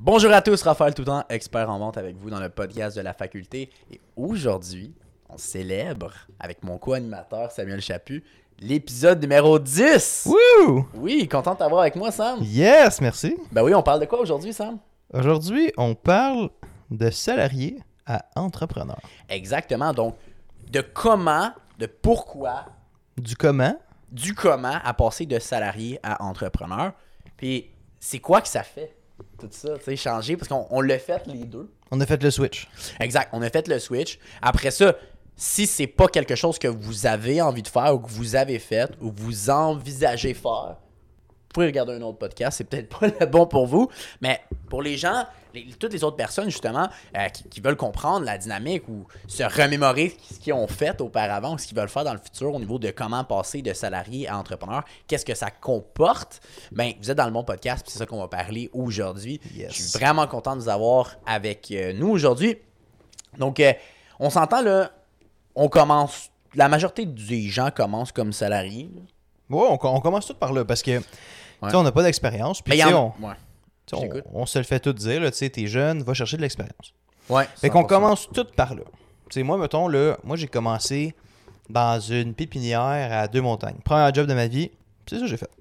Bonjour à tous, Raphaël Toutant, expert en vente avec vous dans le podcast de la faculté. Et aujourd'hui, on célèbre avec mon co-animateur Samuel Chaput l'épisode numéro 10. Wouh! Oui, content de t'avoir avec moi, Sam. Yes, merci. Ben oui, on parle de quoi aujourd'hui, Sam? Aujourd'hui, on parle de salarié à entrepreneur. Exactement, donc de comment, de pourquoi, Du comment. du comment à passer de salarié à entrepreneur. Puis c'est quoi que ça fait, tout ça, tu sais, changer, parce qu'on l'a fait les deux. On a fait le switch. Exact, on a fait le switch. Après ça, si c'est pas quelque chose que vous avez envie de faire ou que vous avez fait ou que vous envisagez faire, vous pouvez regarder un autre podcast, c'est peut-être pas le bon pour vous, mais pour les gens, toutes les autres personnes justement qui veulent comprendre la dynamique ou se remémorer ce qu'ils ont fait auparavant ou ce qu'ils veulent faire dans le futur au niveau de comment passer de salarié à entrepreneur, qu'est-ce que ça comporte, ben vous êtes dans le bon podcast puis c'est ça qu'on va parler aujourd'hui. Yes. Je suis vraiment content de vous avoir avec nous aujourd'hui. Donc, on s'entend là, on commence, la majorité des gens commencent comme salariés. Là. Ouais, on commence tout par là parce que tu sais, on n'a pas d'expérience. Puis Mais tu sais, ouais. tu sais, on se le fait tout dire, tu sais, t'es jeune, va chercher de l'expérience. Ouais. Fait qu'on 100%. commence tout par là. Tu sais, moi, mettons, là, moi j'ai commencé dans une pépinière à Deux-Montagnes. Premier job de ma vie, c'est ça que j'ai fait.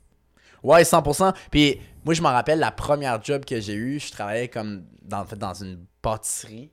Ouais, 100%. Puis moi, je m'en rappelle la première job que j'ai eue, je travaillais comme dans une pâtisserie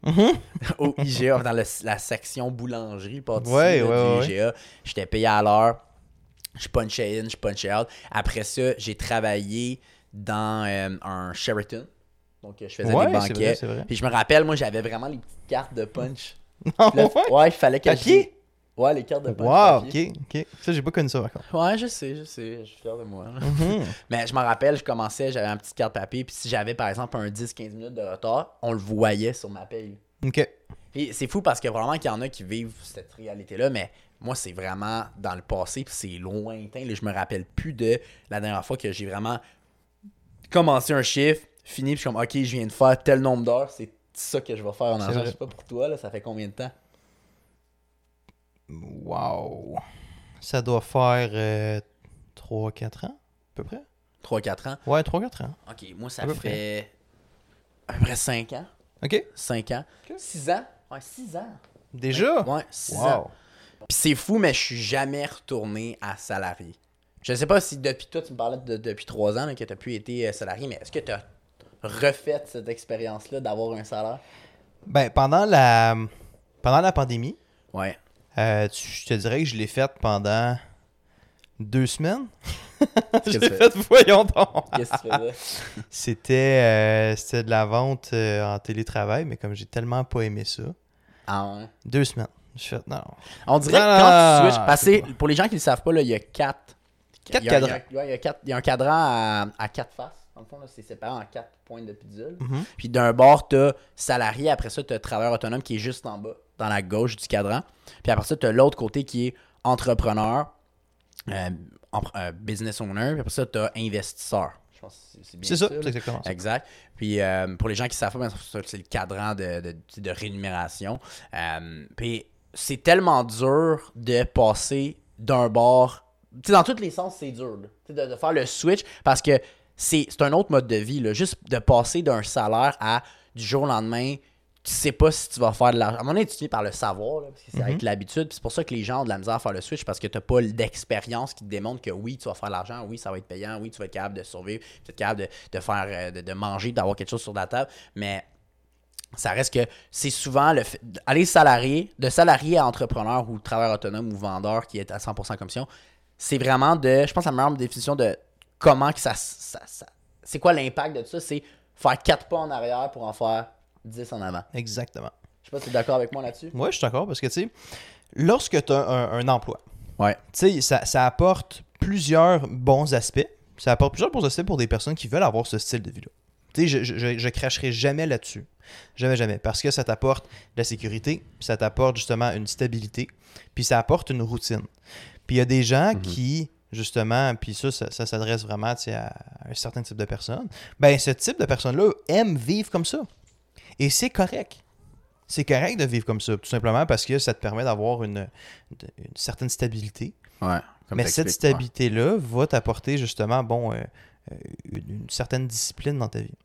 au IGA, dans la section boulangerie, pâtisserie là, du IGA. J'étais payé à l'heure. Je punchais in, je punchais out. Après ça, j'ai travaillé dans un Sheraton. Donc, je faisais des banquets. C'est vrai. Puis je me rappelle, moi, j'avais vraiment les petites cartes de punch. Non, Là, ouais, il fallait que Papier? Ouais, les cartes de punch. Wow, papier. ok. Ça, j'ai pas connu ça encore. Ouais, je sais, je suis fier de moi. Mais je me rappelle, je commençais, j'avais une petite carte papier, puis si j'avais par exemple un 10-15 minutes de retard, on le voyait sur ma paye. Ok. Puis c'est fou parce que vraiment qu'il y en a qui vivent cette réalité-là, mais moi, c'est vraiment dans le passé, puis c'est lointain. Là, je me rappelle plus de la dernière fois que j'ai vraiment commencé un chiffre, fini, puis je suis comme, ok, je viens de faire tel nombre d'heures, c'est ça que je vais faire en argent. vrai. Je sais pas pour toi, là, ça fait combien de temps? Wow. Ça doit faire 3-4 ans, à peu près. 3-4 ans? Ouais, 3-4 ans. Ok, moi, ça À peu fait à peu près 5 ans. Ok. 5 ans. Ok. 6 ans? Ouais, 6 ans. Déjà? Ouais, 6 Wow. ans. Puis c'est fou, mais je suis jamais retourné à salarié. Je sais pas si depuis toi, tu me parlais depuis 3 ans là, que tu n'as plus été salarié, mais est-ce que tu as refait cette expérience-là d'avoir un salaire? Ben, pendant la pandémie, Ouais. je te dirais que je l'ai faite pendant 2 semaines. Qu'est-ce Je que l'ai tu faite, voyons donc. Qu'est-ce que tu faisais? C'était de la vente en télétravail, mais comme j'ai tellement pas aimé ça, Ah ouais. 2 semaines. Je fais, non. On dirait que Non, quand tu non, switches, non, parce c'est que pour les gens qui ne le savent pas, là, il y a 4 cadrans. Il y a un cadran à 4 faces. Dans le fond, là, c'est séparé en 4 points de pédule. Mhm. Puis d'un bord, tu as salarié. Après ça, tu as travailleur autonome qui est juste en bas, dans la gauche du cadran. Puis après ça, tu as l'autre côté qui est entrepreneur, business owner. Puis après ça, tu as investisseur. Je pense que c'est bien C'est ça, là. c'est exactement ça. Exact. Puis pour les gens qui ne savent pas, c'est le cadran de rémunération. Puis c'est tellement dur de passer d'un bord. Tu sais, dans tous les sens, c'est dur là. De faire le switch parce que c'est un autre mode de vie. Là. Juste de passer d'un salaire à du jour au lendemain, tu sais pas si tu vas faire de l'argent. À un moment donné, tu finis par le savoir, là, parce que c'est avec l'habitude. Puis c'est pour ça que les gens ont de la misère à faire le switch parce que tu n'as pas d'expérience qui te démontre que oui, tu vas faire de l'argent, oui, ça va être payant, oui, tu vas être capable de survivre, tu vas être capable de faire de manger, d'avoir quelque chose sur la table. Mais ça reste que c'est souvent le fait aller de salarié à entrepreneur ou travailleur autonome ou vendeur qui est à 100% commission. C'est vraiment je pense la meilleure définition de comment que ça c'est quoi l'impact de tout ça, c'est faire 4 pas en arrière pour en faire 10 en avant. Exactement. Je sais pas si tu es d'accord avec moi là-dessus. Moi, je suis d'accord parce que, tu sais, lorsque tu as un emploi, Ouais. tu sais, ça apporte plusieurs bons aspects. Ça apporte plusieurs bons aspects pour des personnes qui veulent avoir ce style de vie-là. Tu sais, je cracherai jamais là-dessus. Jamais, jamais. Parce que ça t'apporte de la sécurité, ça t'apporte justement une stabilité, puis ça apporte une routine. Puis il y a des gens qui, justement, puis ça s'adresse vraiment à un certain type de personnes. Ben, ce type de personnes-là aiment vivre comme ça. Et c'est correct. C'est correct de vivre comme ça, tout simplement parce que ça te permet d'avoir une certaine stabilité. Ouais. Mais cette stabilité-là va t'apporter justement une certaine discipline dans ta vie.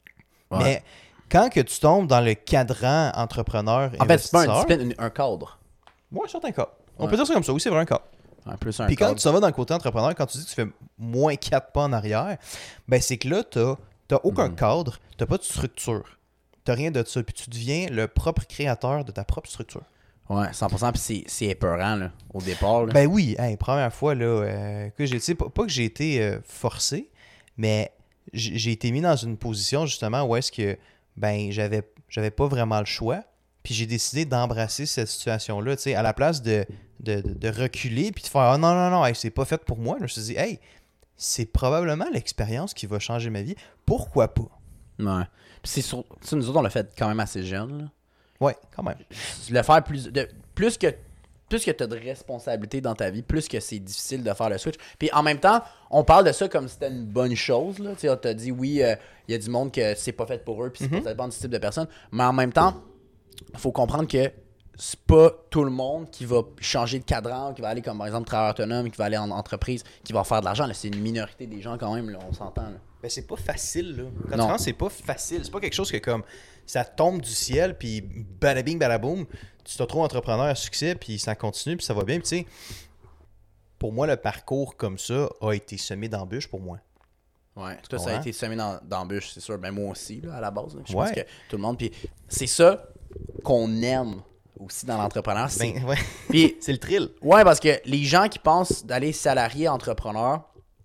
Ouais. Mais quand que tu tombes dans le cadran entrepreneur En fait, c'est pas investisseur, une discipline, un cadre. ouais, certain cas. On Ouais. peut dire ça comme ça. Oui, c'est vrai un cas. Un plus un Puis quand cadre. tu s'en vas dans le côté entrepreneur, quand tu dis que tu fais moins 4 pas en arrière, ben c'est que là, t'as aucun cadre, t'as pas de structure. T'as rien de ça. Puis tu deviens le propre créateur de ta propre structure. Ouais, 100%. Puis c'est épeurant, là, au départ. Là. Ben oui, hey, première fois, là, que j'ai, tu sais, pas que j'ai été forcé, mais j'ai été mis dans une position justement où est-ce que ben j'avais pas vraiment le choix. Puis j'ai décidé d'embrasser cette situation-là, tu sais, à la place de reculer puis de faire ah non, non, non, hey, c'est pas fait pour moi. Je me suis dit, hey, c'est probablement l'expérience qui va changer ma vie. Pourquoi pas? Ouais. Puis c'est sur... ça, nous autres, on l'a fait quand même assez jeune, là. Ouais, quand même. Le faire plus que tu as de responsabilités dans ta vie, plus que c'est difficile de faire le switch. Puis en même temps, on parle de ça comme si c'était une bonne chose. Tu sais, on t'a dit oui, il y a du monde que c'est pas fait pour eux, puis c'est pas dépend du type de personne. Mais en même temps, il faut comprendre que c'est pas tout le monde qui va changer de cadran, qui va aller comme par exemple travailleur autonome, qui va aller en entreprise, qui va faire de l'argent. Là, c'est une minorité des gens quand même, là, on s'entend. Là. Ben c'est pas facile, là. Quand Non. tu rentres, c'est pas facile. C'est pas quelque chose que comme ça tombe du ciel, puis badabing, badaboum, tu te retrouves entrepreneur à succès, puis ça continue, puis ça va bien. Puis tu sais, pour moi, le parcours comme ça a été semé d'embûches pour moi. Ouais, tout ça a été semé d'embûches, c'est sûr. Ben moi aussi, là, à la base. Là. Je Ouais. pense que tout le monde. Puis c'est ça qu'on aime aussi dans l'entrepreneur. C'est... Ben, ouais. Puis, C'est le thrill. ouais, parce que les gens qui pensent d'aller salarié entrepreneur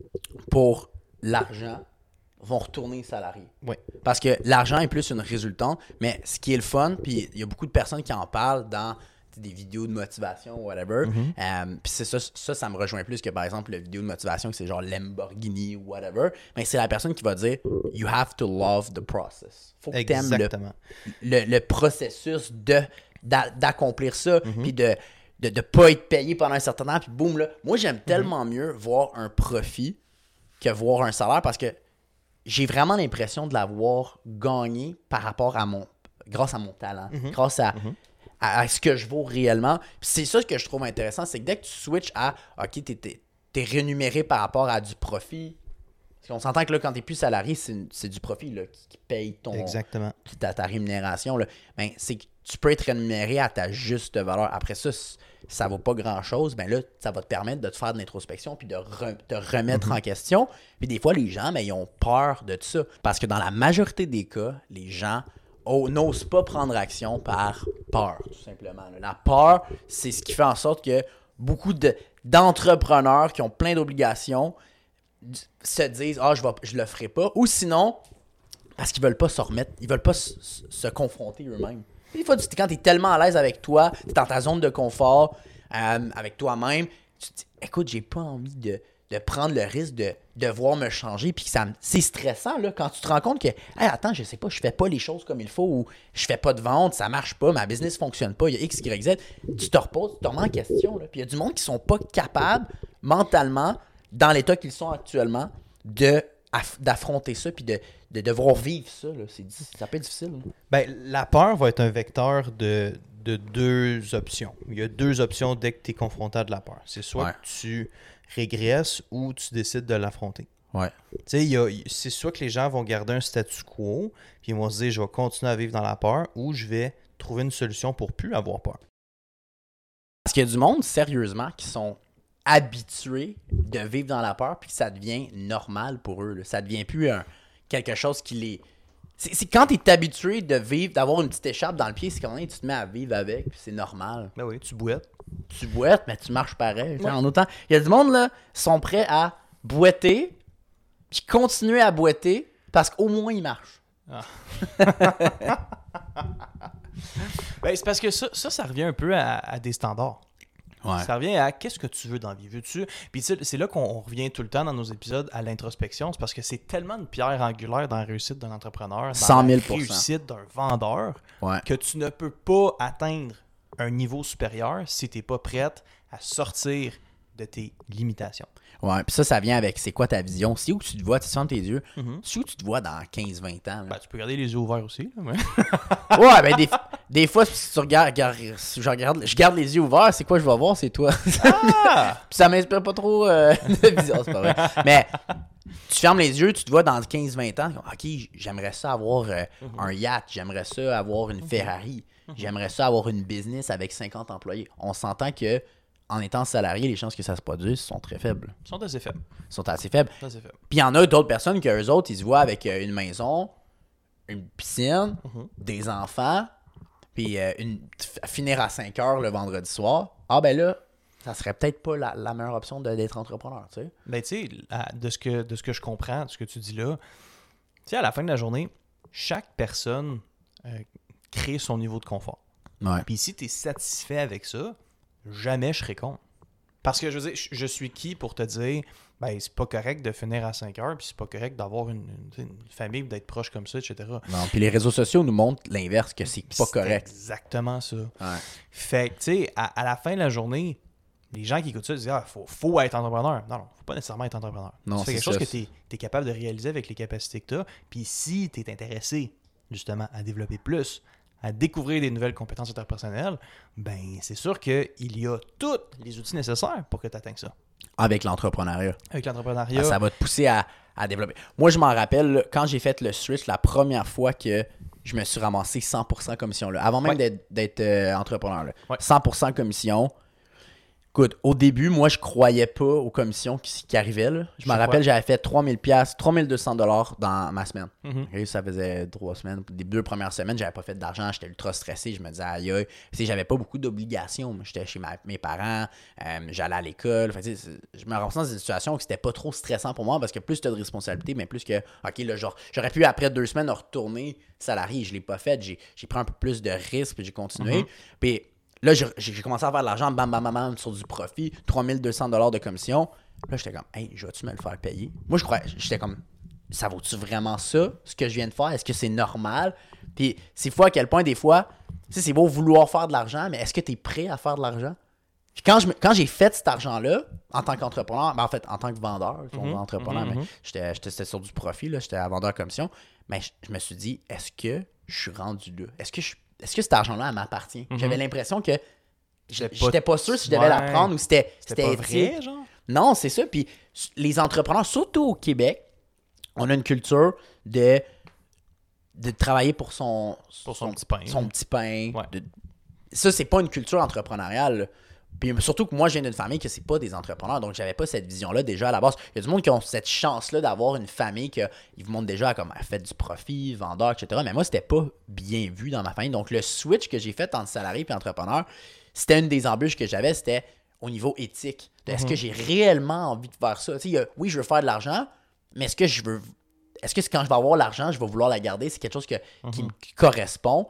pour l'argent vont retourner salarié. Ouais. Parce que l'argent est plus une résultante, mais ce qui est le fun, puis il y a beaucoup de personnes qui en parlent dans des vidéos de motivation ou whatever. Puis c'est ça me rejoint plus que par exemple la vidéo de motivation que c'est genre Lamborghini ou whatever. Mais c'est la personne qui va dire You have to love the process. Faut que t'aimes le processus d'accomplir ça, puis de pas être payé pendant un certain temps, puis boum là. Moi j'aime tellement mieux voir un profit que voir un salaire parce que j'ai vraiment l'impression de l'avoir gagné par rapport à grâce à mon talent, grâce à ce que je vaux réellement. Puis c'est ça que je trouve intéressant, c'est que dès que tu switches à OK, t'es rémunéré par rapport à du profit. Parce qu'on s'entend que là, quand t'es plus salarié, c'est du profit là, qui paye Exactement. ta rémunération. Là. Ben, c'est que tu peux être rémunéré à ta juste valeur. Après ça, ça vaut pas grand-chose. Ben là, ça va te permettre de te faire de l'introspection puis de te remettre en question. Puis des fois, les gens, ben, ils ont peur de ça. Parce que dans la majorité des cas, les gens n'osent pas prendre action par peur, tout simplement. La peur, c'est ce qui fait en sorte que beaucoup d'entrepreneurs qui ont plein d'obligations se disent « Ah, je le ferai pas » ou sinon, parce qu'ils veulent pas se remettre, ils veulent pas se confronter eux-mêmes. Des fois, quand tu es tellement à l'aise avec toi, tu es dans ta zone de confort, avec toi-même, tu te dis « Écoute, j'ai pas envie de prendre le risque de devoir me changer. » Puis c'est stressant là, quand tu te rends compte que « Hey, attends, je sais pas, je fais pas les choses comme il faut ou je fais pas de vente, ça marche pas, ma business fonctionne pas, il y a X, Y, Z. » Tu te reposes, tu te remets en question. Là. Puis il y a du monde qui sont pas capables mentalement, dans l'état qu'ils sont actuellement, d'affronter ça puis de devoir vivre ça. Là. Ça peut être difficile. Là. Ben, la peur va être un vecteur de deux options. Il y a deux options dès que tu es confronté à de la peur. C'est soit que tu régresses ou tu décides de l'affronter. Ouais. Tu sais, c'est soit que les gens vont garder un statu quo, puis ils vont se dire je vais continuer à vivre dans la peur ou je vais trouver une solution pour plus avoir peur. Parce qu'il y a du monde, sérieusement, qui sont habitués de vivre dans la peur puis que ça devient normal pour eux. Là. Ça devient plus quelque chose qui les... C'est quand tu es habitué de vivre, d'avoir une petite écharpe dans le pied, c'est quand même tu te mets à vivre avec, puis c'est normal. Ben oui, tu boites. Tu boites, mais tu marches pareil. Ouais. En autant, il y a du monde là sont prêts à boiter, puis continuer à boiter, parce qu'au moins ils marchent. Ah. Ben, c'est parce que ça revient un peu à des standards. Ouais. Ça revient à qu'est-ce que tu veux dans la vie. Veux-tu... Puis c'est là qu'on revient tout le temps dans nos épisodes à l'introspection. C'est parce que c'est tellement une pierre angulaire dans la réussite d'un entrepreneur, dans 100 000 la réussite d'un vendeur, que tu ne peux pas atteindre un niveau supérieur si tu n'es pas prête à sortir de tes limitations. Ouais, puis ça vient avec c'est quoi ta vision. C'est où que tu te vois, tu fermes tes yeux, c'est où tu te vois dans 15-20 ans. Là. Ben, tu peux garder les yeux ouverts aussi. Là, mais... ouais, ben Des fois, si tu si je garde les yeux ouverts, c'est quoi je vais voir, c'est toi. Ah! Puis ça m'inspire pas trop de vision, c'est pas vrai. Mais tu fermes les yeux, tu te vois dans 15-20 ans, ok, j'aimerais ça avoir un yacht, j'aimerais ça avoir une Ferrari, j'aimerais ça avoir une business avec 50 employés. On s'entend que en étant salarié, les chances que ça se produise sont très faibles. Ils sont assez faibles. Ils sont assez faibles. C'est assez faible. Puis il y en a d'autres personnes que eux autres, ils se voient avec une maison, une piscine, des enfants, puis finir à 5 heures le vendredi soir. Ah ben là, ça serait peut-être pas la meilleure option d'être entrepreneur, tu sais. Ben, tu sais, de ce que je comprends, de ce que tu dis là, tu sais, à la fin de la journée, chaque personne crée son niveau de confort. Ouais. Puis si tu es satisfait avec ça, jamais je serai contre. Parce que je veux dire, je suis qui pour te dire, ben, c'est pas correct de finir à 5 heures, puis c'est pas correct d'avoir une famille, d'être proche comme ça, etc. Non, puis les réseaux sociaux nous montrent l'inverse, que c'est pas correct. Exactement ça. Ouais. Fait que, tu sais, à la fin de la journée, les gens qui écoutent ça disent, ah, faut être entrepreneur. Non, faut pas nécessairement être entrepreneur. Non, c'est quelque c'est chose ça. que tu es capable de réaliser avec les capacités que tu as. Puis si tu es intéressé, justement, à développer plus, à découvrir des nouvelles compétences interpersonnelles, ben c'est sûr qu'il y a tous les outils nécessaires pour que tu atteignes ça. Avec l'entrepreneuriat. Avec l'entrepreneuriat. Ça va te pousser à développer. Moi, je m'en rappelle, là, quand j'ai fait le switch, la première fois que je me suis ramassé 100% commission, là, avant même d'être entrepreneur. Là. Ouais. 100% commission. Écoute, au début, moi, je croyais pas aux commissions qui arrivaient. Là. Je me rappelle, j'avais fait 3200 $, dans ma semaine. Okay, ça faisait 3 semaines. Les 2 premières semaines, j'avais pas fait d'argent. J'étais ultra stressé. Je me disais, aïe, aïe. J'avais pas beaucoup d'obligations. J'étais chez mes parents. J'allais à l'école. Fait, je me ramassais dans une situation où c'était pas trop stressant pour moi parce que plus tu as de responsabilités, mais plus que, OK, là, genre, j'aurais pu, après 2 semaines, retourner salarié. Je l'ai pas fait. J'ai pris un peu plus de risques puis j'ai continué. Puis là, j'ai commencé à faire de l'argent, bam, bam, bam, bam, sur du profit, 3200 $ de commission. Là, j'étais comme, hey, je vais-tu me le faire payer? Moi, j'étais comme, ça vaut-tu vraiment ça, ce que je viens de faire? Est-ce que c'est normal? Puis, c'est fou à quel point, des fois, tu sais, c'est beau vouloir faire de l'argent, mais est-ce que tu es prêt à faire de l'argent? Puis quand j'ai fait cet argent-là, en tant qu'entrepreneur, ben en fait, en tant que vendeur, entrepreneur, mais j'étais sur du profit, là, j'étais à vendeur commission, mais je me suis dit, est-ce que je suis rendu là? Est-ce que cet argent-là, elle m'appartient? J'avais l'impression que j'étais pas sûr si je devais la prendre ou c'était pas éthique. vrai, genre? Non, c'est ça. Puis les entrepreneurs, surtout au Québec, on a une culture de travailler pour son petit pain. Son petit pain. Ouais. Ça, c'est pas une culture entrepreneuriale, là. Puis surtout que moi, je viens d'une famille que c'est pas des entrepreneurs, donc j'avais pas cette vision-là déjà à la base. Il y a du monde qui ont cette chance-là d'avoir une famille qui vous montre déjà comme elle fait du profit, vendeur, etc. Mais moi, c'était pas bien vu dans ma famille. Donc le switch que j'ai fait entre salarié et entrepreneur, c'était une des embûches que j'avais, c'était au niveau éthique. Est-ce que j'ai réellement envie de faire ça? Oui, je veux faire de l'argent, mais est-ce que quand je vais avoir l'argent, je vais vouloir la garder? C'est quelque chose qui me correspond.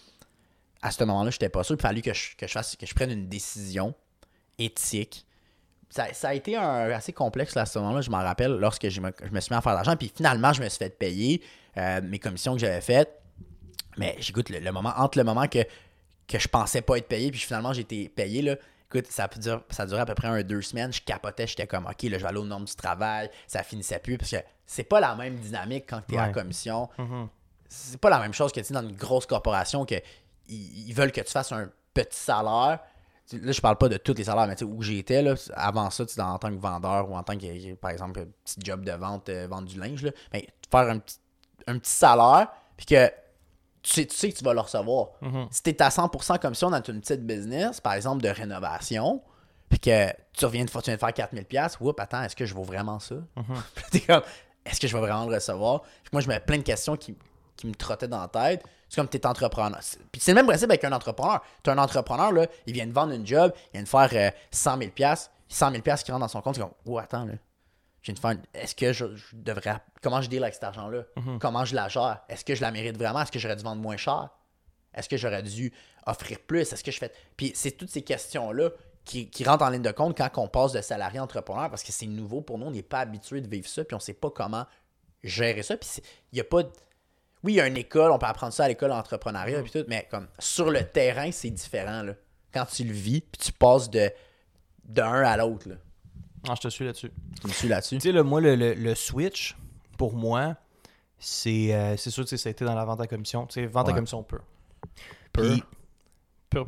À ce moment-là, je n'étais pas sûr. Il a fallu que je prenne une décision éthique. Ça a été assez complexe là, à ce moment-là, je m'en rappelle, lorsque je me suis mis à faire de l'argent. Puis finalement, je me suis fait payer mes commissions que j'avais faites. Mais j'écoute, entre le moment que je pensais pas être payé, puis finalement j'ai été payé, là, écoute, ça durait à peu près 2 semaines. Je capotais, j'étais comme, OK, là, je vais aller aux normes du travail. Ça finissait plus. Parce que c'est pas la même dynamique quand tu es en commission. C'est pas la même chose que dans une grosse corporation que ils veulent que tu fasses un petit salaire. Là, je parle pas de tous les salaires, mais où j'étais, là, avant ça, en tant que vendeur ou en tant que, par exemple, un petit job de vente, vendre du linge, là, ben, faire un petit salaire, puis que tu sais que tu vas le recevoir. Si tu es à 100% commission dans une petite business, par exemple, de rénovation, puis que tu viens de faire 4000$, oups, attends, est-ce que je vaux vraiment ça? Puis t'es comme, est-ce que je vais vraiment le recevoir? Puis moi, je me mets plein de questions qui me trottaient dans la tête. C'est comme tu es entrepreneur. Puis c'est le même principe avec un entrepreneur. Tu as un entrepreneur, là, il vient de vendre une job, il vient de faire 100 000$. 100 000$ qui rentrent dans son compte, c'est comme, oh, attends, là. Je viens de faire, est-ce que je devrais, comment je deal avec cet argent-là? Comment je la gère? Est-ce que je la mérite vraiment? Est-ce que j'aurais dû vendre moins cher? Est-ce que j'aurais dû offrir plus? Est-ce que je fais... Puis c'est toutes ces questions-là qui rentrent en ligne de compte quand on passe de salarié à entrepreneur parce que c'est nouveau pour nous. On n'est pas habitué de vivre ça puis on ne sait pas comment gérer ça. Puis il n'y a pas... Oui, il y a une école, on peut apprendre ça à l'école d'entrepreneuriat puis tout, mais comme sur le terrain, c'est différent, là. Quand tu le vis puis tu passes d'un à l'autre, là. Ah, je te suis là-dessus. Tu me suis là-dessus? Tu sais, moi, le switch, pour moi, c'est sûr que ça a été dans la vente à commission. Tu sais, vente à commission pure. Puis, pur.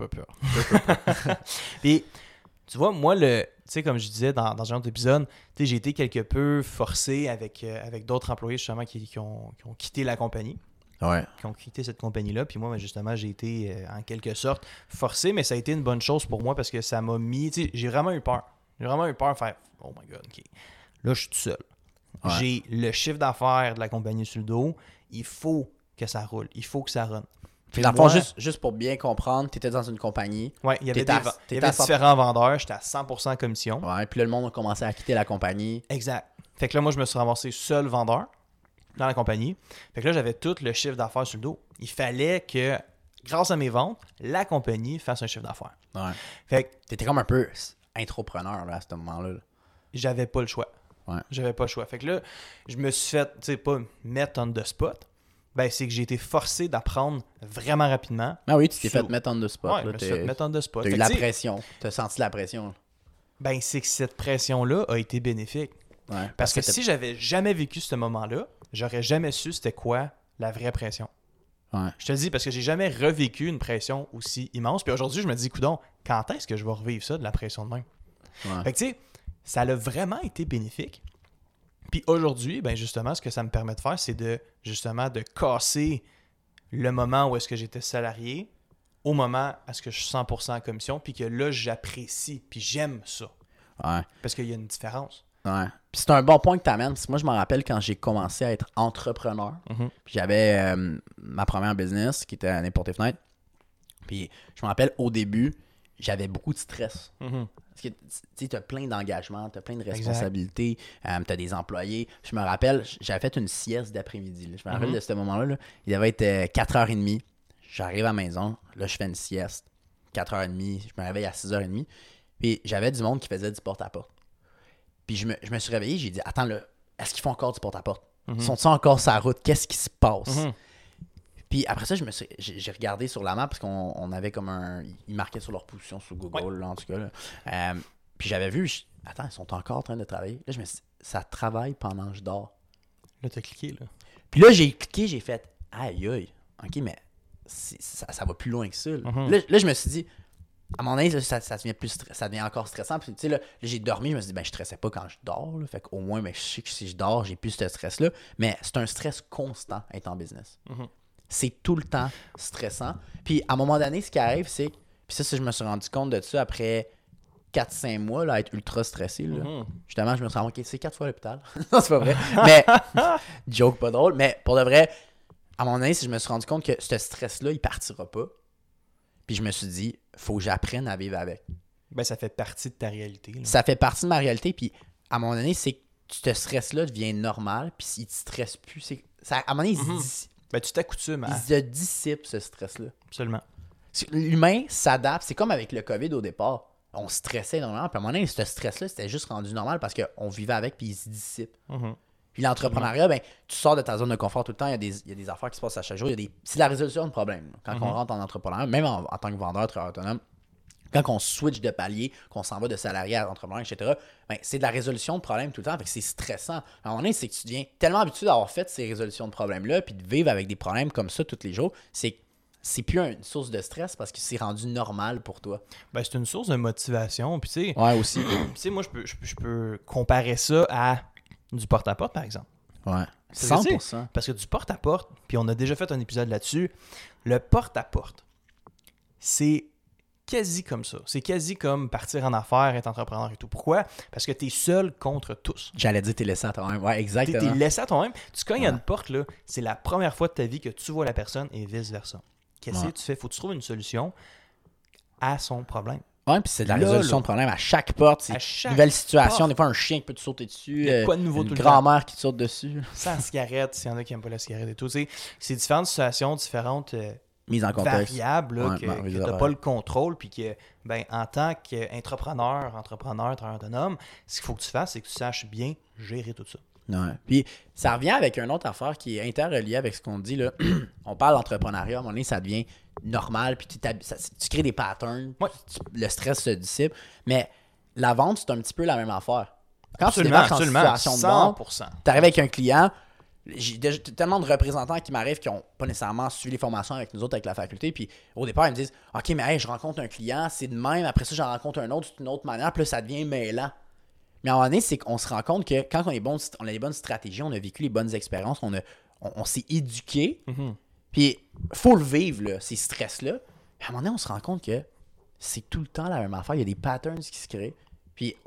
Puis, tu vois, moi, tu sais, comme je disais dans un autre épisode, tu sais, j'ai été quelque peu forcé avec d'autres employés, justement, qui ont quitté la compagnie. Ouais. Qui ont quitté cette compagnie-là. Puis moi, justement, j'ai été, en quelque sorte, forcé, mais ça a été une bonne chose pour moi parce que ça m'a mis... Tu sais, j'ai vraiment eu peur. J'ai vraiment eu peur de faire « Oh my God, OK. Là, je suis tout seul. Ouais. J'ai le chiffre d'affaires de la compagnie sur le dos. Il faut que ça roule. Il faut que ça run. » Dans le fond, juste pour bien comprendre, tu étais dans une compagnie. Ouais, il y avait différents vendeurs. J'étais à 100% commission. Ouais, puis là, le monde a commencé à quitter la compagnie. Exact. Fait que là, moi, je me suis ramassé seul vendeur dans la compagnie. Fait que là, j'avais tout le chiffre d'affaires sur le dos. Il fallait que, grâce à mes ventes, la compagnie fasse un chiffre d'affaires. Ouais. Fait que t'étais comme un peu intrapreneur là, à ce moment-là. J'avais pas le choix. Ouais. J'avais pas le choix. Fait que là, je me suis fait, tu sais, pas mettre on the spot. Ben, c'est que j'ai été forcé d'apprendre vraiment rapidement. Ah oui, tu t'es fait mettre on the spot. Ouais, là, je me suis fait mettre on the spot. T'as eu la pression. T'as senti la pression. Ben, c'est que cette pression-là a été bénéfique. Ouais, parce que si j'avais jamais vécu ce moment-là, j'aurais jamais su c'était quoi la vraie pression. Ouais. Je te le dis parce que j'ai jamais revécu une pression aussi immense. Puis aujourd'hui, je me dis, coudonc, quand est-ce que je vais revivre ça, de la pression de même? Ouais. Fait que tu sais, ça a vraiment été bénéfique. Puis aujourd'hui, ben justement, ce que ça me permet de faire, c'est de casser le moment où est-ce que j'étais salarié au moment où est-ce que je suis 100% en commission, puis que là, j'apprécie, puis j'aime ça. Ouais. Parce qu'il y a une différence. Ouais. Puis c'est un bon point que tu amènes. Parce que moi, je me rappelle quand j'ai commencé à être entrepreneur. Puis j'avais ma première business qui était à n'importe quelle fenêtre. Puis je me rappelle au début, j'avais beaucoup de stress. Parce que tu as plein d'engagements, tu as plein de responsabilités, tu as des employés. Je me rappelle, j'avais fait une sieste d'après-midi. Là. Je me rappelle de ce moment-là. Là. Il devait être 4h30. J'arrive à la maison, là, je fais une sieste. 4h30, je me réveille à 6h30. Puis j'avais du monde qui faisait du porte-à-porte. Puis je me suis réveillé, j'ai dit, attends là, est-ce qu'ils font encore du porte-à-porte? Sont-ils encore sur la route? Qu'est-ce qui se passe? Puis après ça, j'ai regardé sur la map parce qu'on avait comme ils marquaient sur leur position sur Google, là, en tout cas. Là. Puis j'avais vu, attends, ils sont encore en train de travailler. Là, je me suis dit, ça travaille pendant que je dors. Là, t'as cliqué, là. Puis là, j'ai cliqué, j'ai fait, aïe, aïe, ok, mais ça va plus loin que ça. Là, je me suis dit, à mon avis, ça devient encore stressant. Puis, tu sais, là, j'ai dormi, je me suis dit, ben, je stressais pas quand je dors. Là. Fait qu'au moins, ben, je sais que si je dors, j'ai plus ce stress-là. Mais c'est un stress constant, être en business. C'est tout le temps stressant. Puis, à un moment donné, ce qui arrive, c'est. Puis ça, je me suis rendu compte de ça après 4-5 mois, là, être ultra stressé. Là. Justement, je me suis rendu compte, OK, c'est 4 fois à l'hôpital. Non, c'est pas vrai. Mais, joke pas drôle. Mais pour de vrai, à un moment donné, je me suis rendu compte que ce stress-là, il partira pas. Puis je me suis dit, faut que j'apprenne à vivre avec. Ben, ça fait partie de ta réalité. Là. Ça fait partie de ma réalité. Puis à un moment donné, c'est que ce stress-là devient normal. Puis s'il te stresse plus, à un moment donné, ben, tu t'accoutumes il se dissipe, ce stress-là. Absolument. L'humain s'adapte. C'est comme avec le COVID au départ. On stressait énormément. Puis à un moment donné, ce stress-là, c'était juste rendu normal parce qu'on vivait avec puis il se dissipe. Puis l'entrepreneuriat, ben, tu sors de ta zone de confort tout le temps. Il y a des affaires qui se passent à chaque jour. C'est la résolution de problème. Quand on rentre en entrepreneuriat, même en tant que vendeur, travailleur autonome, quand on switch de palier, qu'on s'en va de salarié à entrepreneur, etc., ben, c'est de la résolution de problème tout le temps. Fait que c'est stressant. À un moment donné, c'est que tu deviens tellement habitué d'avoir fait ces résolutions de problèmes-là, puis de vivre avec des problèmes comme ça tous les jours, c'est plus une source de stress parce que c'est rendu normal pour toi. Ben, c'est une source de motivation. Puis, tu sais, ouais, aussi. Tu sais, moi, je peux comparer ça à du porte-à-porte, par exemple. Ouais. 100%. Parce que du porte-à-porte, puis on a déjà fait un épisode là-dessus, le porte-à-porte, c'est quasi comme ça. C'est quasi comme partir en affaires, être entrepreneur et tout. Pourquoi? Parce que tu es seul contre tous. J'allais dire t'es laissé à toi-même. Ouais, exactement. T'es laissé à toi-même. Tu cognes à une porte, là, c'est la première fois de ta vie que tu vois la personne et vice-versa. Qu'est-ce que tu fais? Faut que tu trouves une solution à son problème. Ouais, puis c'est de la résolution de problème à chaque porte. C'est une nouvelle situation. Des fois, un chien qui peut te sauter dessus. Quoi de nouveau une tout le grand-mère qui te saute dessus. Sans cigarette, s'il y en a qui n'aiment pas la cigarette et tout. C'est différentes situations, différentes mises en contexte. Variables là, que tu n'as pas le contrôle. Puis que, ben, en tant qu'entrepreneur, travailleur autonome, ce qu'il faut que tu fasses, c'est que tu saches bien gérer tout ça. Ouais. Puis ça revient avec une autre affaire qui est interreliée avec ce qu'on dit là. On parle d'entrepreneuriat, à un moment donné, ça devient normal, puis tu crées des patterns, le stress se dissipe. Mais la vente, c'est un petit peu la même affaire. Quand tu démarres en situation de vente, tu arrives avec un client, J'ai déjà tellement de représentants qui m'arrivent qui n'ont pas nécessairement suivi les formations avec nous autres, avec la faculté. Puis au départ, ils me disent OK, mais hey, je rencontre un client, c'est de même. Après ça, j'en rencontre un autre, c'est une autre manière. Puis là, ça devient mêlant. Mais à un moment donné, c'est qu'on se rend compte que quand on a les bonnes stratégies, on a vécu les bonnes expériences, on s'est éduqué. Puis il faut le vivre, là, ces stress-là. Puis à un moment donné, on se rend compte que c'est tout le temps la même affaire. Il y a des patterns qui se créent. Puis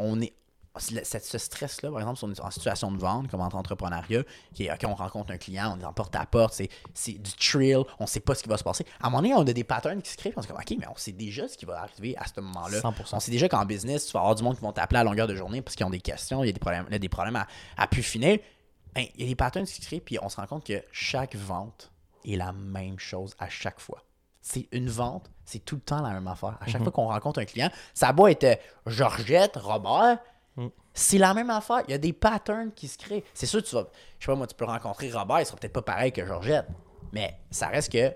ce stress-là, par exemple, si on est en situation de vente, comme en entrepreneuriat, OK, on rencontre un client, on est en porte-à-porte, c'est du thrill, on ne sait pas ce qui va se passer. À un moment donné, on a des patterns qui se créent, on se dit, OK, mais on sait déjà ce qui va arriver à ce moment-là. 100%. On sait déjà qu'en business, tu vas avoir du monde qui vont t'appeler à longueur de journée parce qu'ils ont des questions, il y a des problèmes à pu finir. Ben, il y a des patterns qui se créent, puis on se rend compte que chaque vente est la même chose à chaque fois. C'est une vente, c'est tout le temps la même affaire. À chaque fois qu'on rencontre un client, ça doit être Georgette, Robert, c'est la même affaire. Il y a des patterns qui se créent. C'est sûr, je sais pas moi, tu peux rencontrer Robert, il sera peut-être pas pareil que Georgette, mais ça reste que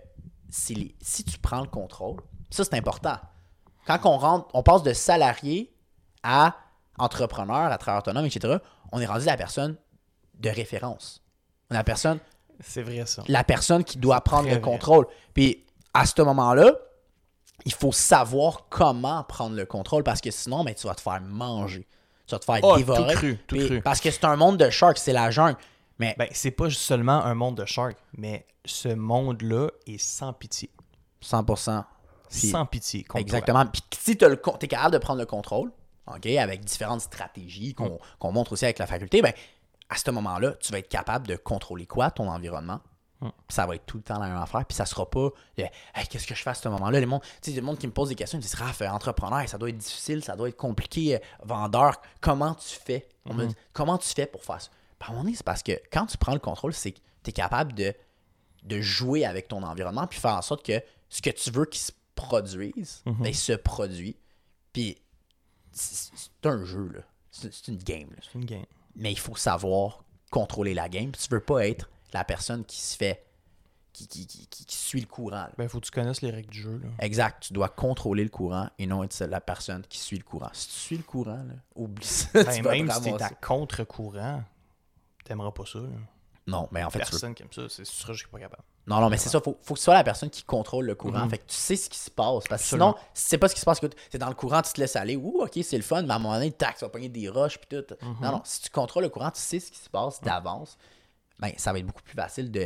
si tu prends le contrôle, ça c'est important. Quand on passe de salarié à entrepreneur, à travailleur autonome, etc., on est rendu la personne de référence. On est C'est vrai, ça. la personne qui doit prendre le contrôle. Puis à ce moment-là, il faut savoir comment prendre le contrôle parce que sinon, ben, tu vas te faire manger. Tu vas te faire dévorer. Tout cru. Parce que c'est un monde de sharks, c'est la jungle. Mais Ben, c'est pas seulement un monde de shark, mais ce monde-là est sans pitié. 100%. Puis, sans pitié. Contre exactement. Puis si tu es capable de prendre le contrôle, okay, avec différentes stratégies qu'on montre aussi avec la faculté, ben, à ce moment-là, tu vas être capable de contrôler quoi? Ton environnement. Ça va être tout le temps la même affaire. Puis ça sera pas hey, qu'est-ce que je fais à ce moment-là? Le monde qui me pose des questions, ils me disent Raph, entrepreneur, ça doit être difficile, ça doit être compliqué, vendeur. Comment tu fais? On me dit, comment tu fais pour faire ça? Ben, à un moment donné, c'est parce que quand tu prends le contrôle, c'est que tu es capable de jouer avec ton environnement puis faire en sorte que ce que tu veux qu'il se produise, ben, se produit. Puis c'est un jeu, là. C'est une game. Là. C'est une game. Mais il faut savoir contrôler la game. Puis tu veux pas être la personne qui se fait qui suit le courant. Là. Ben, faut que tu connaisses les règles du jeu. Là. Exact. Tu dois contrôler le courant et non être la personne qui suit le courant. Si tu suis le courant, là, oublie ça. Ben, même si t'es à contre-courant, t'aimeras pas ça. Là. Non, mais en fait, personne qui aime ça, c'est sûr que je suis pas capable. Non, mais c'est ça. Faut que tu sois la personne qui contrôle le courant. Fait que tu sais ce qui se passe. Parce que sinon, si tu sais pas ce qui se passe, écoute, t'es dans le courant, tu te laisses aller. Ouh, ok, c'est le fun, mais à un moment donné, tac, tu vas pogner des roches puis tout. Non, si tu contrôles le courant, tu sais ce qui se passe d'avance. Ben, ça va être beaucoup plus facile de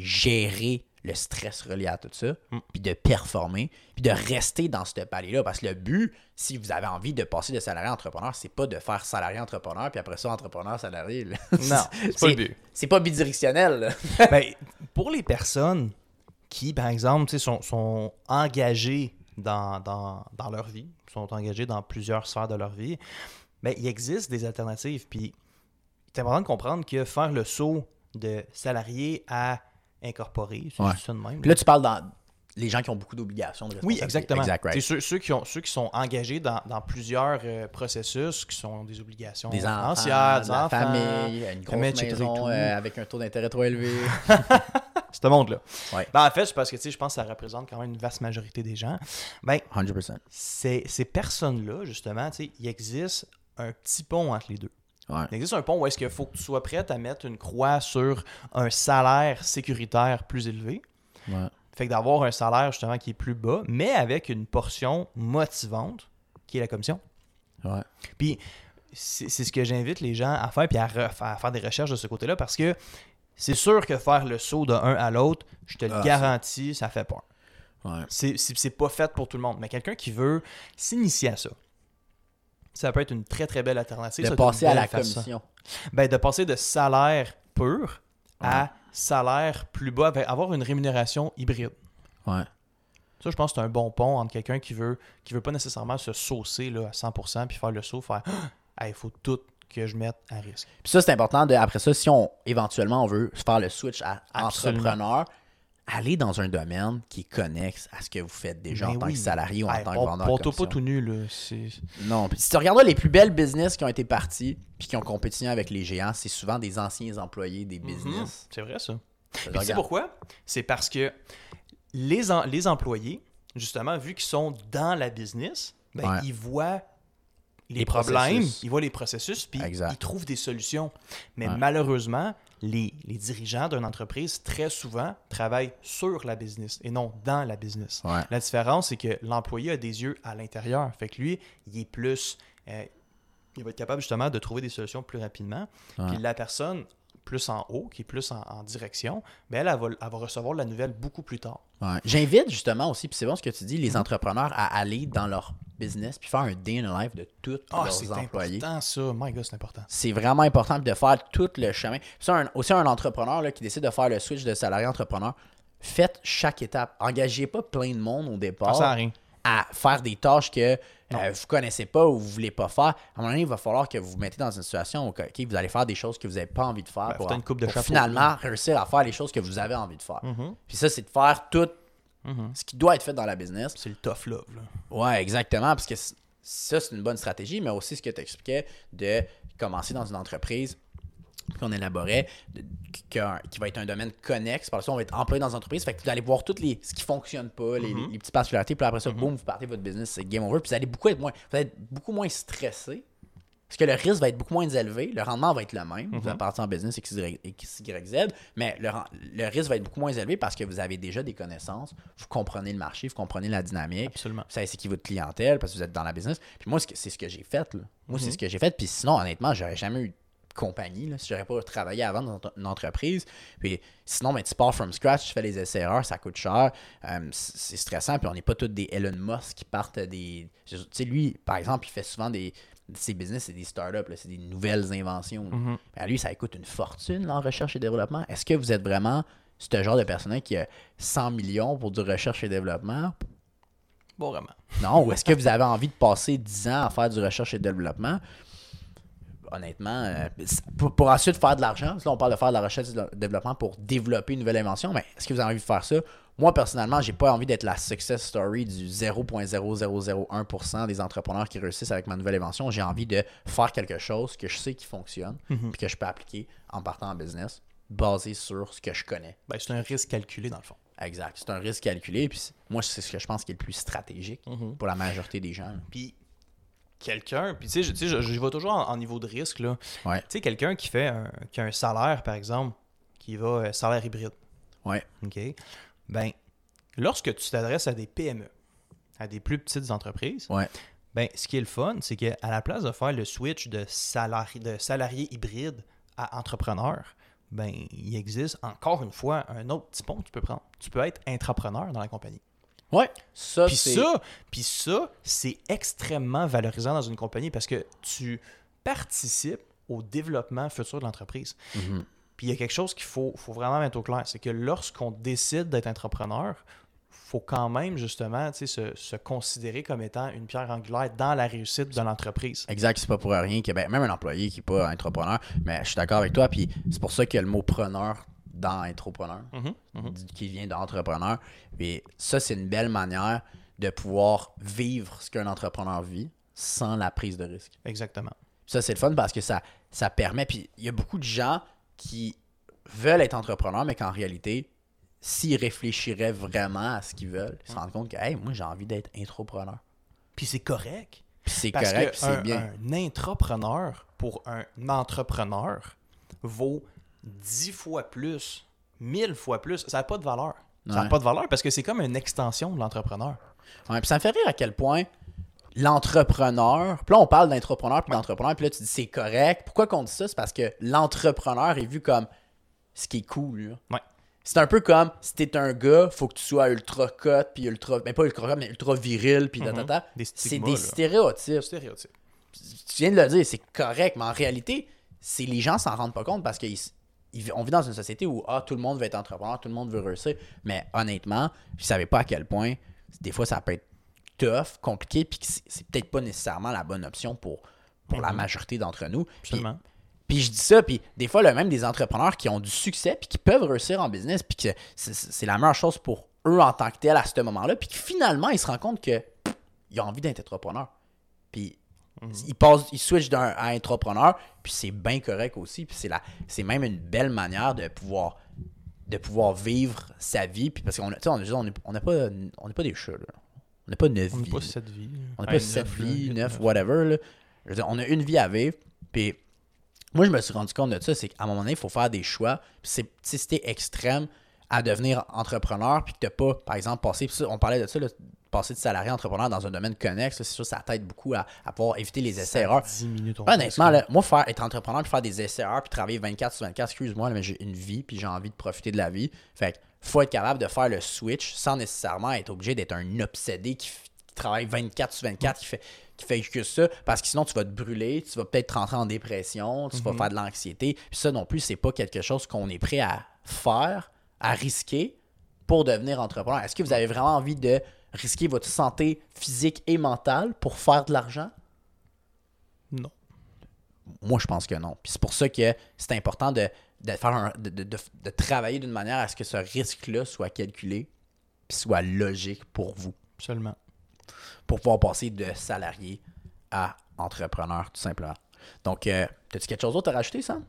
gérer le stress relié à tout ça, puis de performer, puis de rester dans ce palier-là. Parce que le but, si vous avez envie de passer de salarié à entrepreneur, c'est pas de faire salarié-entrepreneur, puis après ça, entrepreneur-salarié. Non, c'est pas le but. C'est pas bidirectionnel. Là. Ben, pour les personnes qui, par exemple, sont engagées dans leur vie, sont engagées dans plusieurs sphères de leur vie, ben, il existe des alternatives. Puis, c'est important de comprendre que faire le saut de salarié à incorporé, c'est ça de même. Puis là, tu parles dans les gens qui ont beaucoup d'obligations de responsabilité. Oui, exactement. Exact, right. C'est ceux qui sont engagés dans plusieurs processus, qui sont des obligations des financières, des enfants, famille, une grosse maison avec un taux d'intérêt trop élevé. Ce monde-là. Ouais. Ben, en fait, c'est parce que je pense que ça représente quand même une vaste majorité des gens. Ben, 100%. Ces personnes-là, justement, il existe un petit pont entre les deux. Ouais. Il existe un pont où est-ce qu'il faut que tu sois prête à mettre une croix sur un salaire sécuritaire plus élevé. Ouais. Fait que d'avoir un salaire justement qui est plus bas, mais avec une portion motivante qui est la commission. Ouais. Puis c'est ce que j'invite les gens à faire, puis à faire des recherches de ce côté-là, parce que c'est sûr que faire le saut d'un à l'autre, je te le garantis, ça fait peur. Ouais. C'est pas fait pour tout le monde. Mais quelqu'un qui veut s'initier à ça, ça peut être une très très belle alternative. De passer à la commission. Ben, de passer de salaire pur à salaire plus bas, avoir une rémunération hybride. Ouais. Ça, je pense que c'est un bon pont entre quelqu'un qui veut pas nécessairement se saucer là, à 100% puis faire le saut, faire il faut tout que je mette à risque. Puis ça, c'est important. Après ça, si éventuellement on veut faire le switch à entrepreneur, aller dans un domaine qui est connexe à ce que vous faites déjà en tant que salarié ou en tant que vendeur. Porte pas tout nu, là. Non, puis si tu regardes les plus belles business qui ont été partis puis qui ont compétitionné avec les géants, c'est souvent des anciens employés des business. C'est vrai, ça. Puis tu sais pourquoi? C'est parce que les employés, justement, vu qu'ils sont dans la business, ben, ils voient les problèmes, ils voient les processus, puis ils trouvent des solutions. Mais malheureusement, les dirigeants d'une entreprise, très souvent, travaillent sur la business et non dans la business. Ouais. La différence, c'est que l'employé a des yeux à l'intérieur. Fait que lui, il est plus... il va être capable justement de trouver des solutions plus rapidement. Ouais. Puis la personne plus en haut, qui est plus en direction, ben elle va recevoir la nouvelle beaucoup plus tard. Ouais. J'invite justement aussi, puis c'est bon ce que tu dis, les entrepreneurs à aller dans leur business puis faire un day in the life de tous leurs employés. C'est important ça. My God, c'est important. C'est vraiment important de faire tout le chemin. Puis ça, aussi un entrepreneur là, qui décide de faire le switch de salarié entrepreneur, faites chaque étape. Engagez pas plein de monde au départ. Ça sert à rien. À faire des tâches que vous connaissez pas ou vous voulez pas faire. À un moment donné, il va falloir que vous vous mettez dans une situation où vous allez faire des choses que vous n'avez pas envie de faire pour finalement réussir à faire les choses que vous avez envie de faire. Puis ça, c'est de faire tout ce qui doit être fait dans la business. C'est le tough love. Là. Ouais, exactement. Parce que ça, c'est une bonne stratégie, mais aussi ce que tu expliquais de commencer dans une entreprise qu'on élaborait, qui va être un domaine connexe. Par la suite, on va être employé dans une entreprise. Fait que vous allez voir ce qui ne fonctionne pas, les petites particularités. Puis après ça, boum, vous partez votre business, c'est game over. Puis vous allez être beaucoup moins stressé. Parce que le risque va être beaucoup moins élevé. Le rendement va être le même. Vous allez partir en business XYZ. Mais le risque va être beaucoup moins élevé parce que vous avez déjà des connaissances. Vous comprenez le marché, vous comprenez la dynamique. Absolument. Vous savez c'est qui votre clientèle parce que vous êtes dans la business. Puis moi, c'est ce que j'ai fait. Là. Moi, c'est ce que j'ai fait. Puis sinon, honnêtement, j'aurais jamais eu compagnie, là, si j'aurais pas travaillé avant dans une entreprise. Puis sinon, tu pars from scratch, tu fais les essais-erreurs, ça coûte cher, c'est stressant, puis on n'est pas tous des Elon Musk qui partent des... Tu sais, lui, par exemple, il fait souvent ses business, c'est des startups, là, c'est des nouvelles inventions. À lui, ça coûte une fortune, là, en recherche et développement. Est-ce que vous êtes vraiment ce genre de personne qui a 100 millions pour du recherche et développement? Bon, vraiment. Non, ou est-ce que vous avez envie de passer 10 ans à faire du recherche et développement? Honnêtement, pour ensuite faire de l'argent, là on parle de faire de la recherche et de développement pour développer une nouvelle invention, mais est-ce que vous avez envie de faire ça? Moi, personnellement, j'ai pas envie d'être la success story du 0,0001% des entrepreneurs qui réussissent avec ma nouvelle invention. J'ai envie de faire quelque chose que je sais qui fonctionne puis que je peux appliquer en partant en business basé sur ce que je connais. Ben, c'est un risque calculé dans le fond. Exact. C'est un risque calculé. Puis moi, c'est ce que je pense qui est le plus stratégique pour la majorité des gens. Puis quelqu'un, puis tu sais, je vais toujours en niveau de risque, là. Ouais. Tu sais, quelqu'un qui a un salaire, par exemple, qui va salaire hybride. Ouais. OK? Ben, lorsque tu t'adresses à des PME, à des plus petites entreprises, ouais. Ben, ce qui est le fun, c'est qu'à la place de faire le switch de salarié hybride à entrepreneur, ben, il existe encore une fois un autre petit pont que tu peux prendre. Tu peux être intrapreneur dans la compagnie. Ouais, Puis ça, c'est extrêmement valorisant dans une compagnie parce que tu participes au développement futur de l'entreprise. Mm-hmm. Puis il y a quelque chose qu'il faut vraiment mettre au clair, c'est que lorsqu'on décide d'être entrepreneur, il faut quand même justement se considérer comme étant une pierre angulaire dans la réussite de l'entreprise. Exact, c'est pas pour rien que même un employé qui n'est pas entrepreneur, mais je suis d'accord avec toi, puis c'est pour ça qu'il y a le mot preneur dans entrepreneur, qui vient d'entrepreneur. Puis ça, c'est une belle manière de pouvoir vivre ce qu'un entrepreneur vit sans la prise de risque. Exactement. Puis ça, c'est le fun parce que ça permet. Puis il y a beaucoup de gens qui veulent être entrepreneurs, mais qu'en réalité, s'ils réfléchiraient vraiment à ce qu'ils veulent, ils se rendent compte que, hey, moi, j'ai envie d'être intrapreneur. Puis c'est correct. Puis c'est correct, puis c'est bien. Un intrapreneur pour un entrepreneur vaut 10 fois plus, 1000 fois plus. Ça n'a pas de valeur. Ça n'a pas de valeur parce que c'est comme une extension de l'entrepreneur. Ouais, puis ça me fait rire à quel point l'entrepreneur, puis là on parle d'entrepreneur puis d'entrepreneur, puis là tu dis c'est correct. Pourquoi qu'on dit ça? C'est parce que l'entrepreneur est vu comme ce qui est cool. Là. Ouais. C'est un peu comme si t'es un gars, faut que tu sois ultra cut, puis ultra, mais pas ultra cut, mais ultra viril, puis c'est des stéréotypes. Tu viens de le dire, c'est correct, mais en réalité, les gens s'en rendent pas compte parce qu'on vit dans une société où tout le monde veut être entrepreneur, tout le monde veut réussir, mais honnêtement, je savais pas à quel point des fois ça peut être tough, compliqué, puis que c'est peut-être pas nécessairement la bonne option pour la majorité d'entre nous. Puis je dis ça, puis des fois, là, même des entrepreneurs qui ont du succès, puis qui peuvent réussir en business, puis que c'est la meilleure chose pour eux en tant que tel à ce moment-là, puis que finalement, ils se rendent compte qu'ils ont envie d'être entrepreneur. Puis ils switchent d'un à entrepreneur, puis c'est bien correct aussi, puis c'est même une belle manière de pouvoir vivre sa vie, puis parce qu'on n'a pas des chats, là. On n'a pas 9 vies. On n'a pas 7 vies. On n'a pas 7 vies, 9, whatever. Là. Je veux dire, on a une vie à vivre, puis moi, je me suis rendu compte de ça, c'est qu'à un moment donné, il faut faire des choix. Puis si t'es extrême à devenir entrepreneur, puis que t'as pas, par exemple, on parlait de ça, là, passer de salarié à entrepreneur dans un domaine connexe, là, c'est sûr ça t'aide beaucoup à pouvoir éviter les essais-erreurs. 10 minutes. Honnêtement, là, moi, être entrepreneur, puis faire des essais-erreurs, puis travailler 24/24, excuse-moi, là, mais j'ai une vie, puis j'ai envie de profiter de la vie. Fait que faut être capable de faire le switch sans nécessairement être obligé d'être un obsédé qui travaille 24/24, qui fait que ça, parce que sinon tu vas te brûler, tu vas peut-être rentrer en dépression, tu vas faire de l'anxiété. Puis ça non plus, c'est pas quelque chose qu'on est prêt à faire, à risquer pour devenir entrepreneur. Est-ce que vous avez vraiment envie de risquer votre santé physique et mentale pour faire de l'argent? Non. Moi, je pense que non. Puis c'est pour ça que c'est important de travailler d'une manière à ce que ce risque-là soit calculé puis soit logique pour vous. Seulement. Pour pouvoir passer de salarié à entrepreneur, tout simplement. Donc, as-tu quelque chose d'autre à rajouter, Sam?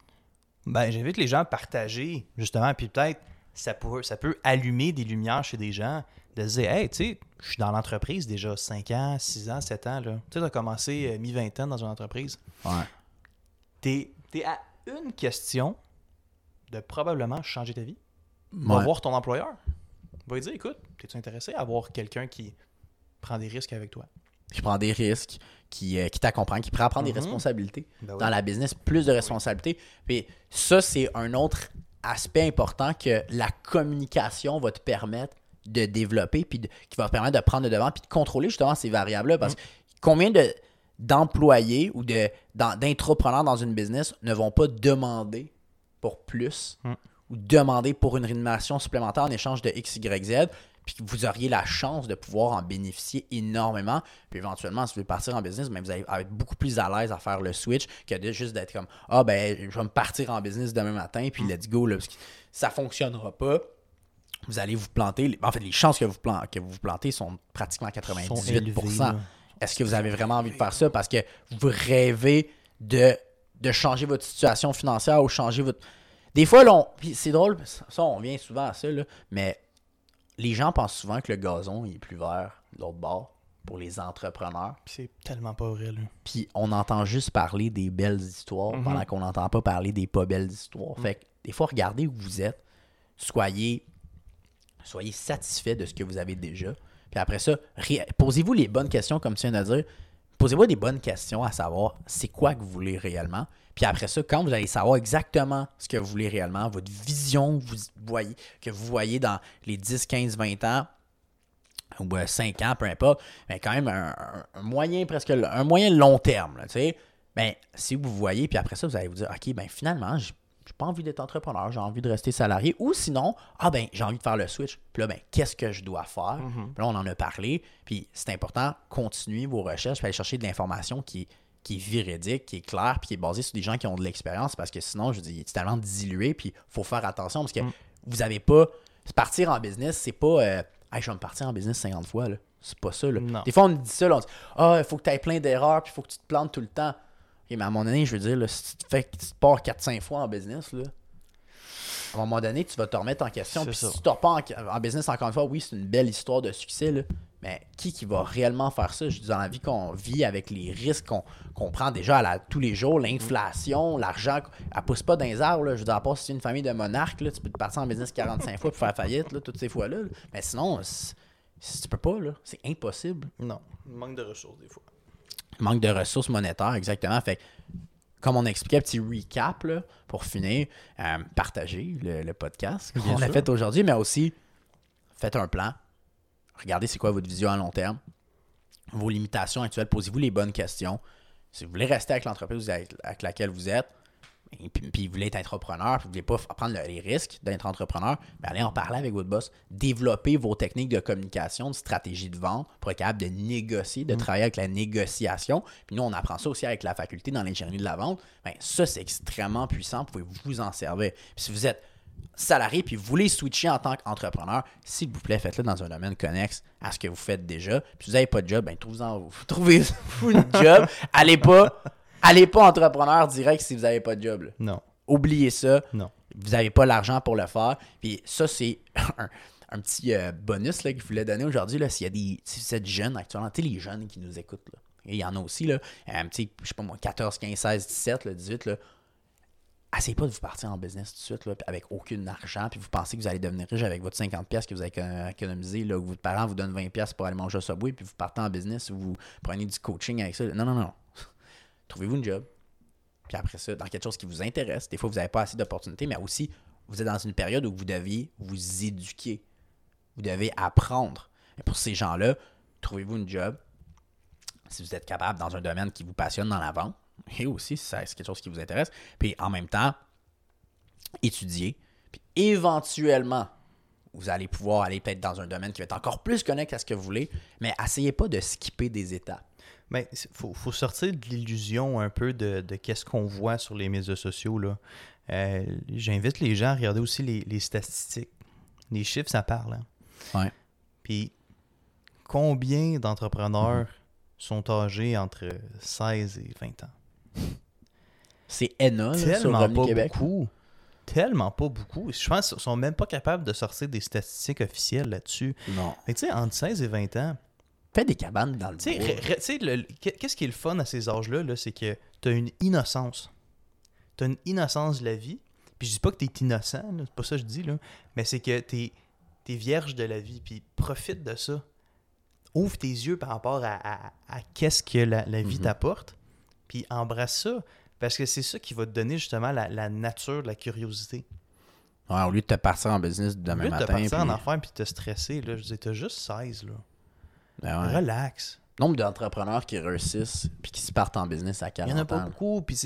Ben, j'invite les gens à partager, justement, puis peut-être ça peut allumer des lumières chez des gens, de se dire, hey, tu sais, je suis dans l'entreprise déjà 5 ans, 6 ans, 7 ans, là. Tu sais, tu as commencé mi-vingtaine dans une entreprise. Ouais. T'es à une question de probablement changer ta vie. Ouais. Va voir ton employeur. Va lui dire, écoute, es-tu intéressé à avoir quelqu'un qui prend des risques avec toi? Qui prend des risques, qui t'accompagne, qui prend des responsabilités. Ben oui. Dans la business, plus de responsabilités. Puis ça, c'est un autre aspect important que la communication va te permettre de développer, puis qui va te permettre de prendre le devant, puis de contrôler justement ces variables-là. Parce que combien d'employés ou d'entrepreneurs dans une business ne vont pas demander pour plus ou demander pour une rémunération supplémentaire en échange de X, Y, Z, puis que vous auriez la chance de pouvoir en bénéficier énormément. Puis éventuellement, si vous voulez partir en business, ben vous allez être beaucoup plus à l'aise à faire le switch que de juste d'être comme « Ah, ben, je vais me partir en business demain matin, puis let's go. » Parce que ça ne fonctionnera pas. Vous allez vous planter. En fait, les chances que vous vous plantez sont pratiquement 98%. Est-ce que vous avez vraiment envie de faire ça parce que vous rêvez de changer votre situation financière ou changer votre... Des fois, là, puis c'est drôle, ça, on vient souvent à ça, là, mais les gens pensent souvent que le gazon il est plus vert de l'autre bord pour les entrepreneurs. C'est tellement pas vrai, là. Puis on entend juste parler des belles histoires pendant qu'on n'entend pas parler des pas belles histoires. Fait que des fois, regardez où vous êtes. Soyez satisfait de ce que vous avez déjà. Puis après ça, posez-vous les bonnes questions, comme tu viens de dire. Posez-vous des bonnes questions à savoir c'est quoi que vous voulez réellement. Puis après ça, quand vous allez savoir exactement ce que vous voulez réellement, votre vision que vous voyez dans les 10, 15, 20 ans, ou 5 ans, peu importe, mais quand même un moyen long terme, là, tu sais, ben, si vous voyez, puis après ça, vous allez vous dire, OK, ben finalement, j'ai pas envie d'être entrepreneur, j'ai envie de rester salarié, ou sinon, j'ai envie de faire le switch. Puis là, ben, qu'est-ce que je dois faire? Puis là, on en a parlé, puis c'est important, continuez vos recherches, puis aller chercher de l'information qui est véridique, qui est claire, puis qui est basée sur des gens qui ont de l'expérience, parce que sinon, je dis, c'est tellement dilué, puis il faut faire attention, parce que vous n'avez pas... Partir en business, c'est pas... je vais me partir en business 50 fois, là. C'est pas ça, là. Non. Des fois, on dit ça, là, on dit « il faut que tu aies plein d'erreurs, puis il faut que tu te plantes tout le temps. » Okay, mais à un moment donné, je veux dire, là, si tu te pars 4-5 fois en business, là, à un moment donné, tu vas te remettre en question. Puis si tu te repars en business encore une fois, oui, c'est une belle histoire de succès, là, mais qui va réellement faire ça? Je dis, dans la vie qu'on vit avec les risques qu'on prend déjà tous les jours, l'inflation, l'argent, elle pousse pas dans les arbres. Là. Je veux dire, à part si tu es une famille de monarques, là, tu peux te partir en business 45 fois pour faire faillite, là, toutes ces fois-là. Là. Mais sinon, tu peux pas, là, c'est impossible. Non, il manque de ressources des fois. Manque de ressources monétaires, exactement. Fait que, comme on expliquait, petit recap là, pour finir, partagez le podcast qu'on a fait aujourd'hui, mais aussi faites un plan. Regardez c'est quoi votre vision à long terme. Vos limitations actuelles, posez-vous les bonnes questions. Si vous voulez rester avec l'entreprise avec laquelle vous êtes, puis vous voulez être entrepreneur, puis vous ne voulez pas prendre les risques d'être entrepreneur, bien allez en parler avec votre boss. Développez vos techniques de communication, de stratégie de vente pour être capable de négocier, de travailler avec la négociation. Puis nous, on apprend ça aussi avec la faculté dans l'ingénierie de la vente. Bien, ça, c'est extrêmement puissant. Vous pouvez vous en servir. Puis si vous êtes salarié puis vous voulez switcher en tant qu'entrepreneur, s'il vous plaît, faites-le dans un domaine connexe à ce que vous faites déjà. Puis si vous n'avez pas de job, bien, trouvez-vous une job. Allez pas entrepreneur direct si vous n'avez pas de job. Là. Non. Oubliez ça. Non. Vous n'avez pas l'argent pour le faire. Puis ça, c'est un petit bonus là, que je voulais donner aujourd'hui. Là, si vous êtes jeune actuellement, tu sais, les jeunes qui nous écoutent, là, il y en a aussi, là, je sais pas moi, 14, 15, 16, 17, là, 18, là, essayez pas de vous partir en business tout de suite là, avec aucun argent, puis vous pensez que vous allez devenir riche avec votre 50$ que vous avez économisé, là, que votre parent vous donne 20$ pour aller manger au Subway, puis vous partez en business, vous prenez du coaching avec ça. Non, non, non. Trouvez-vous une job. Puis après ça, dans quelque chose qui vous intéresse. Des fois, vous n'avez pas assez d'opportunités, mais aussi, vous êtes dans une période où vous deviez vous éduquer. Vous devez apprendre. Et pour ces gens-là, trouvez-vous une job. Si vous êtes capable dans un domaine qui vous passionne dans la vente, et aussi si c'est quelque chose qui vous intéresse. Puis en même temps, étudier. Puis éventuellement, vous allez pouvoir aller peut-être dans un domaine qui va être encore plus connexe à ce que vous voulez, mais essayez pas de skipper des étapes. Mais faut sortir de l'illusion un peu de qu'est-ce qu'on voit sur les médias sociaux, là. J'invite les gens à regarder aussi les statistiques. Les chiffres, ça parle. Hein? Ouais. Puis, combien d'entrepreneurs sont âgés entre 16 et 20 ans? C'est ENA, là, sur Tellement Revenu pas Québec. beaucoup. Tellement pas beaucoup. Je pense qu'ils sont même pas capables de sortir des statistiques officielles là-dessus. Non. Mais tu sais, entre 16 et 20 ans, Fais des cabanes dans le tu sais, bois. qu'est-ce qui est le fun à ces âges-là, là, c'est que tu as une innocence. Tu as une innocence de la vie. Puis je dis pas que tu es innocent, là, c'est pas ça que je dis, là, mais c'est que tu es vierge de la vie. Puis profite de ça. Ouvre tes yeux par rapport à qu'est-ce que la vie t'apporte. Puis embrasse ça. Parce que c'est ça qui va te donner justement la nature de la curiosité. Ouais, au lieu de te partir en business demain Au lieu de matin. te partir en puis- affaires puis te stresser, là, je dis, t'as juste 16, là. Ben ouais. Relax. Nombre d'entrepreneurs qui réussissent puis qui se partent en business à Il 40 n'y en a pas ans. beaucoup. Puis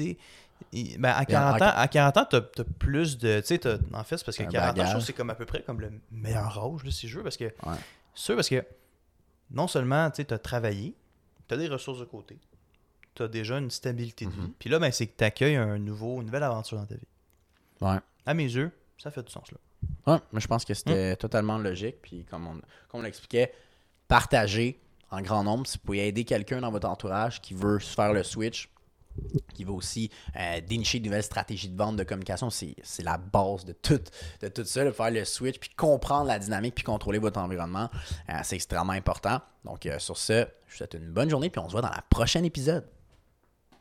à 40 ans, t'as plus de. Tu sais, en fait, c'est parce que Un 40 ans, je bagage. trouve que c'est comme à peu près comme le meilleur âge, là, si je veux. Parce que, Ouais. sûr, parce que non seulement tu as travaillé, tu as des ressources de côté, tu as déjà une stabilité de vie. Puis là, ben, c'est que tu accueilles une nouvelle aventure dans ta vie. Ouais. À mes yeux, ça fait du sens, là. Ouais, mais je pense que c'était totalement logique. Puis comme on l'expliquait, partagez en grand nombre. Si vous pouvez aider quelqu'un dans votre entourage qui veut se faire le switch, qui veut aussi dénicher de nouvelles stratégies de vente, de communication, c'est la base de tout ça, de faire le switch, puis comprendre la dynamique, puis contrôler votre environnement. C'est extrêmement important. Donc sur ce, je vous souhaite une bonne journée, puis on se voit dans le prochain épisode.